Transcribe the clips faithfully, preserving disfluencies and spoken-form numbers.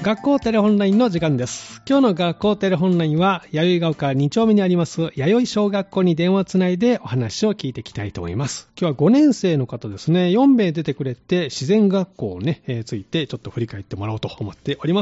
学校テレホンラインの時間です。今日の学校テレホンラインは弥生が丘に丁目にあります弥生小学校に電話をつないでお話を聞いていきたいと思います。今日はごねん生の方ですね、よんめい出てくれて自然学校をね、えー、ついてちょっと振り返ってもらおうと思っております。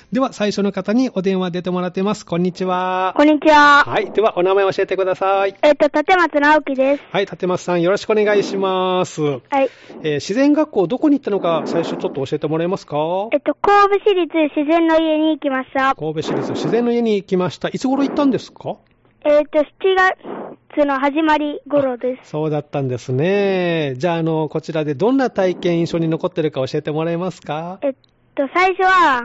では最初の方にお電話出てもらってます。こんにちは。 こんにちは。 はい、ではお名前を教えてください。 えっと立松直樹です。 はい、立松さんよろしくお願いします。はい、えー、自然学校どこに行ったのか最初ちょっと教えてもらえますか？ えっと神戸市立自然の家に行きました。 神戸市立自然の家に行きました。いつ頃行ったんですか？ えっとしちがつの始まり頃です。 そうだったんですね。じゃあ、あのこちらでどんな体験印象に残ってるか教えてもらえますか？ えっと最初は、 うん、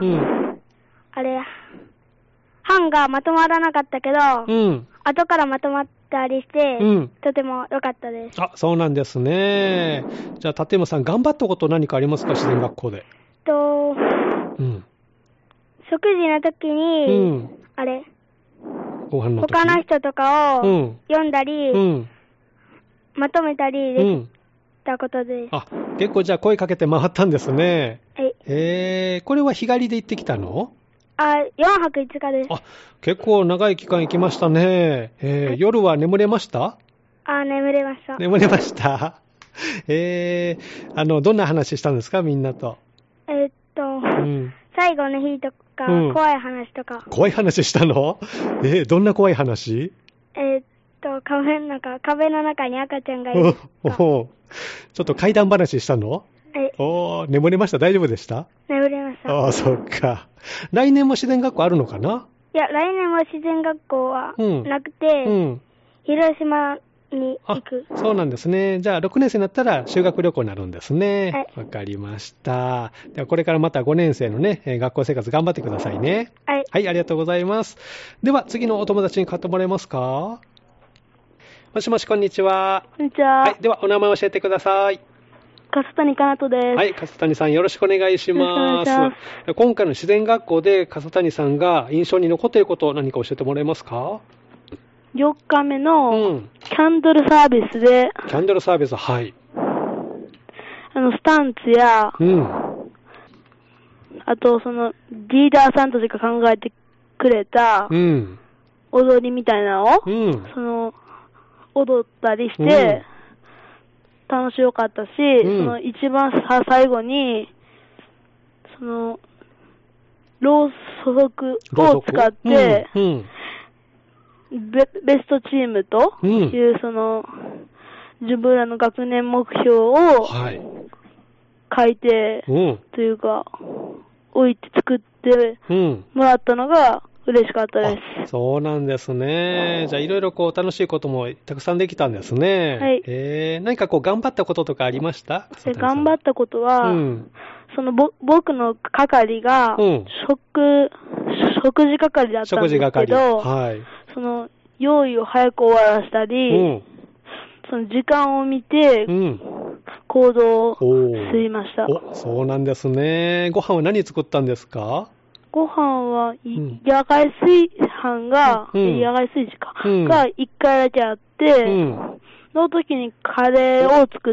あれ版がまとまらなかったけど、うん、後からまとまったりして、うん、とても良かったです。 あ、そうなんですね。じゃあ立山さん頑張ったこと何かありますか？自然学校で。 と、うん、食事の時に、うん、あれご飯の時他の人とかを読んだり、うん、まとめたりできたことです。うん、 あ、結構じゃあ声かけて回ったんですね。はい。えー、これは日帰りで行ってきたの？ あ、よんはくいつかです。 あ、結構長い期間行きましたね。えーはい、夜は眠れました？ あ、眠れました。 眠れました。えー、あのどんな話したんですか、みんなと？ えー、っと、うん、最後の日とか、うん、怖い話とか。 怖い話したの？えー、どんな怖い話？ えー、っと壁の中壁の中に赤ちゃんがいるか。 おお、ちょっと怪談話したの？はい。おー、眠れました？大丈夫でした？ 眠れました。 ああ、そっか。来年も自然学校あるのかな？ いや、来年も自然学校はなくて、うんうん、広島に行く。 そうなんですね。じゃあろくねん生になったら修学旅行になるんですね。わ、はい、かりました。ではこれからまたごねん生のね、学校生活頑張ってくださいね。はい。はい、ありがとうございます。では次のお友達に代わってもらえますか？もしもし、こんにちは。 こんにちは。 はい、ではお名前を教えてください。 勝谷かなとです。 はい、勝谷さんよろしくお願いします。ます今回の自然学校で勝谷さんが印象に残っていることを何か教えてもらえますか？ よっかめのキャンドルサービスで、 うん、キャンドルサービス、はい。 あのスタンツや、うん、あとそのリーダーさんたちが考えてくれた踊りみたいなのを、うん、その踊ったりして、うん、楽しかったし、うん、その一番さ最後にそのろうそくを使って、うんうんベ, ベストチームという、うん、その自分らの学年目標を書いて、はい、というか置いて作ってもらったのが嬉しかったです。 うん、そうなんですね。じゃあいろいろこう楽しいこともたくさんできたんですね。はい。えー、何かこう頑張ったこととかありました？ 頑張ったことは、うん、そのぼ僕の係が、うん、食食事係だったんですけど、食事係、はい、その用意を早く終わらせたり、うん、その時間を見て、うん、行動をしました。 お、そうなんですね。ご飯は何作ったんですか？ ご飯は、うん、野外炊飯が、うん、野外炊事か、うん、がいっかいだけあって、うん、その時にカレーを作って、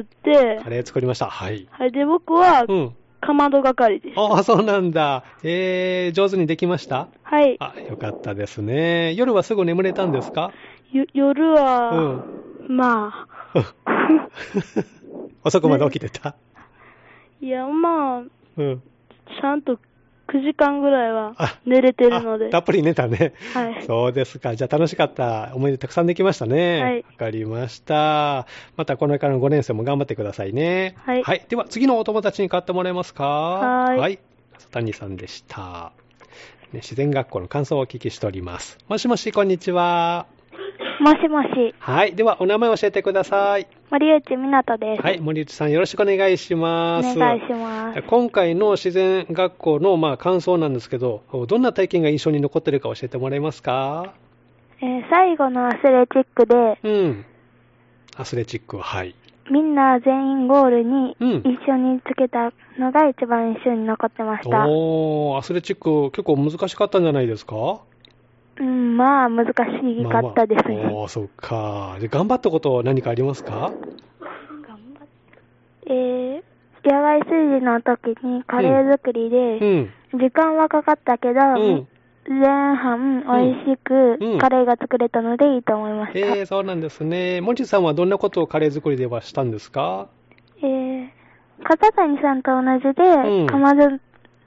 カレー作りました。はい。 はい、で、僕は、うん、かまど係です。 ああ、そうなんだ。えー、上手にできました？ はい。 あ、よかったですね。夜はすぐ眠れたんですか？ よ夜は、うん、まあ。 遅くまで起きてた？ いや、まあ、うん、ちゃんとくじかんぐらいは寝れてるので。 たっぷり寝たね。はい。そうですか。じゃあ楽しかった思い出たくさんできましたね。はい。わかりました。またこれからのごねん生も頑張ってくださいね。はい。はい。では次のお友達に代わってもらえますか？はい。はい。笠谷さんでした。ね、自然学校の感想をお聞きしております。もしもし、こんにちは。 もしもし。 はい。ではお名前を教えてください。 森内みなとです。 はい。森内さんよろしくお願いします。 お願いします。 今回の自然学校のまあ感想なんですけど、どんな体験が印象に残っているか教えてもらえますか？ えー、最後のアスレチックで、 うん。アスレチックは、はい。 みんな全員ゴールに一緒につけたのが一番印象に残ってました。 うん、おー、アスレチック結構難しかったんじゃないですか？ うん、まあ難しかったですね。 まあまあ、おー、そっか。で、頑張ったことは何かありますか？頑張っえー、野外炊事の時にカレー作りで、うんうん、 時間はかかったけど、うん、前半美味しくカレーが作れたのでいいと思いました。 うんうん、えー、そうなんですね。もちさんはどんなことをカレー作りではしたんですか？ えー、片谷さんと同じで、うん、かまどでした。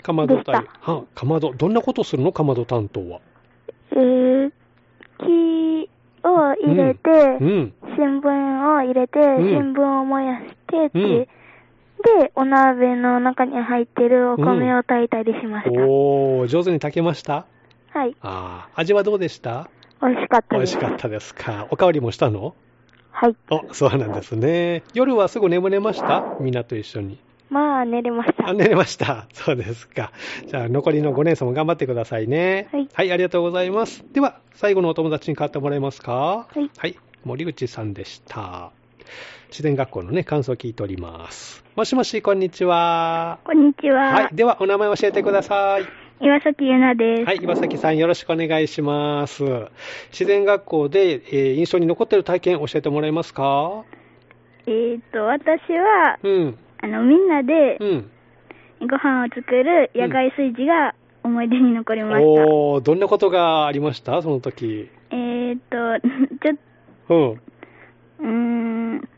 かまど隊。はかまど。どんなことするの？かまど担当は。 えー、木を入れて、うんうん、新聞を入れて、うん、新聞を燃やして、うん、で、お鍋の中に入っているお米を炊いたりしました。うん、 おー、上手に炊けました？ はい。 あー、味はどうでした？ 美味しかったです。 美味しかったですか。おかわりもしたの？ はい。 お、そうなんですね。夜はすぐ眠れました？みんなと一緒に。 まあ、寝れました。 あ、寝れました。そうですか。じゃあ、残りのごねん生も頑張ってくださいね。 はい。 はい、ありがとうございます。では、最後のお友達に代わってもらえますか？ はい。 はい、森口さんでした。自然学校のね、感想を聞いております。もしもし、こんにちは。 こんにちは。 はい、では、お名前を教えてください。 岩崎ゆなです。 はい、岩崎さん、よろしくお願いします。自然学校で、えー、印象に残っている体験を教えてもらえますか？ えーと、私は、 うん、 あの、みんなで、 うん、 ご飯を作る野外炊事が思い出に残りました。うん、 おー、どんなことがありました？その時。 えーと、ちょっと、 うん。 うーん、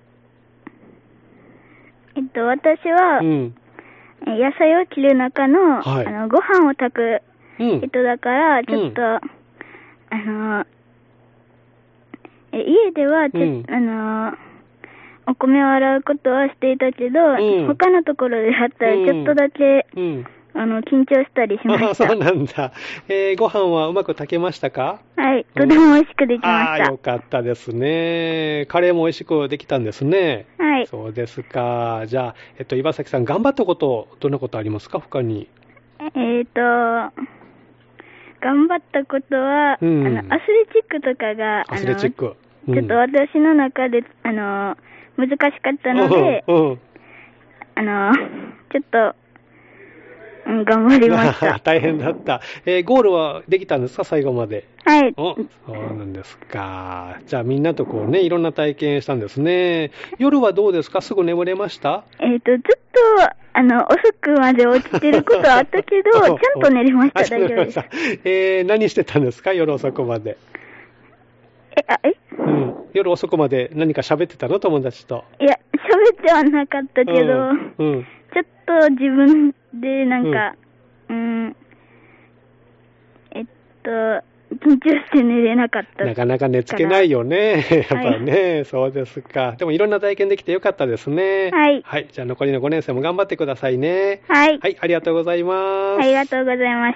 えっと、私は、うん、野菜を切る中の、はい、あの、ご飯を炊く人だから、ちょっと、うん、あの、え家ではちょ、うん、あの、お米を洗うことはしていたけど、うん、他のところでやったらちょっとだけ、うん、あの、緊張したりしました。 あ、そうなんだ。えー、ご飯はうまく炊けましたか？ はい、とても美味しくできました。うん、 ああ、よかったですね。カレーも美味しくできたんですね。 はい。 そうですか。じゃあ、えっと、岩崎さん、頑張ったこと、どんなことありますか？他に。 えーと、頑張ったことは、うん、あの、アスレチックとかが、 アスレチック。 うん、ちょっと私の中で、あの、難しかったので、うんうん、あの、ちょっと、うん、頑張りました。 大変だった。えー、ゴールはできたんですか？最後まで。 はい。 お、そうなんですか。じゃあみんなとこうね、いろんな体験したんですね。夜はどうですか？すぐ眠れました？ えっと、ずっと、あの、遅くまで起きてることはあったけど、ちゃんと寝れました。大丈夫です。 えー、何してたんですか？夜遅くまで。 え、あ、えうん。夜遅くまで何か喋ってたの？友達と。 いや、喋ってはなかったけど、うんうん、ちょっと自分でなんか、うん、うん、えっと、緊張して寝れなかった。 なかなか寝つけないよね。やっぱね、はい、そうですか。でもいろんな体験できてよかったですね。 はい。 はい。じゃあ残りのごねん生も頑張ってくださいね。 はい。 はい、ありがとうございます。 ありがとうございました。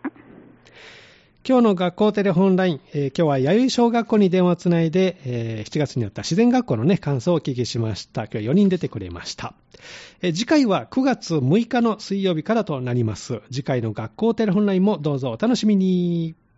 今日の学校テレホンライン、えー、今日は弥生小学校に電話をつないで、えー、しちがつにあった自然学校のね、感想をお聞きしました。今日はよにん出てくれました。えー、次回はくがつむいかの水曜日からとなります。次回の学校テレホンラインもどうぞお楽しみに。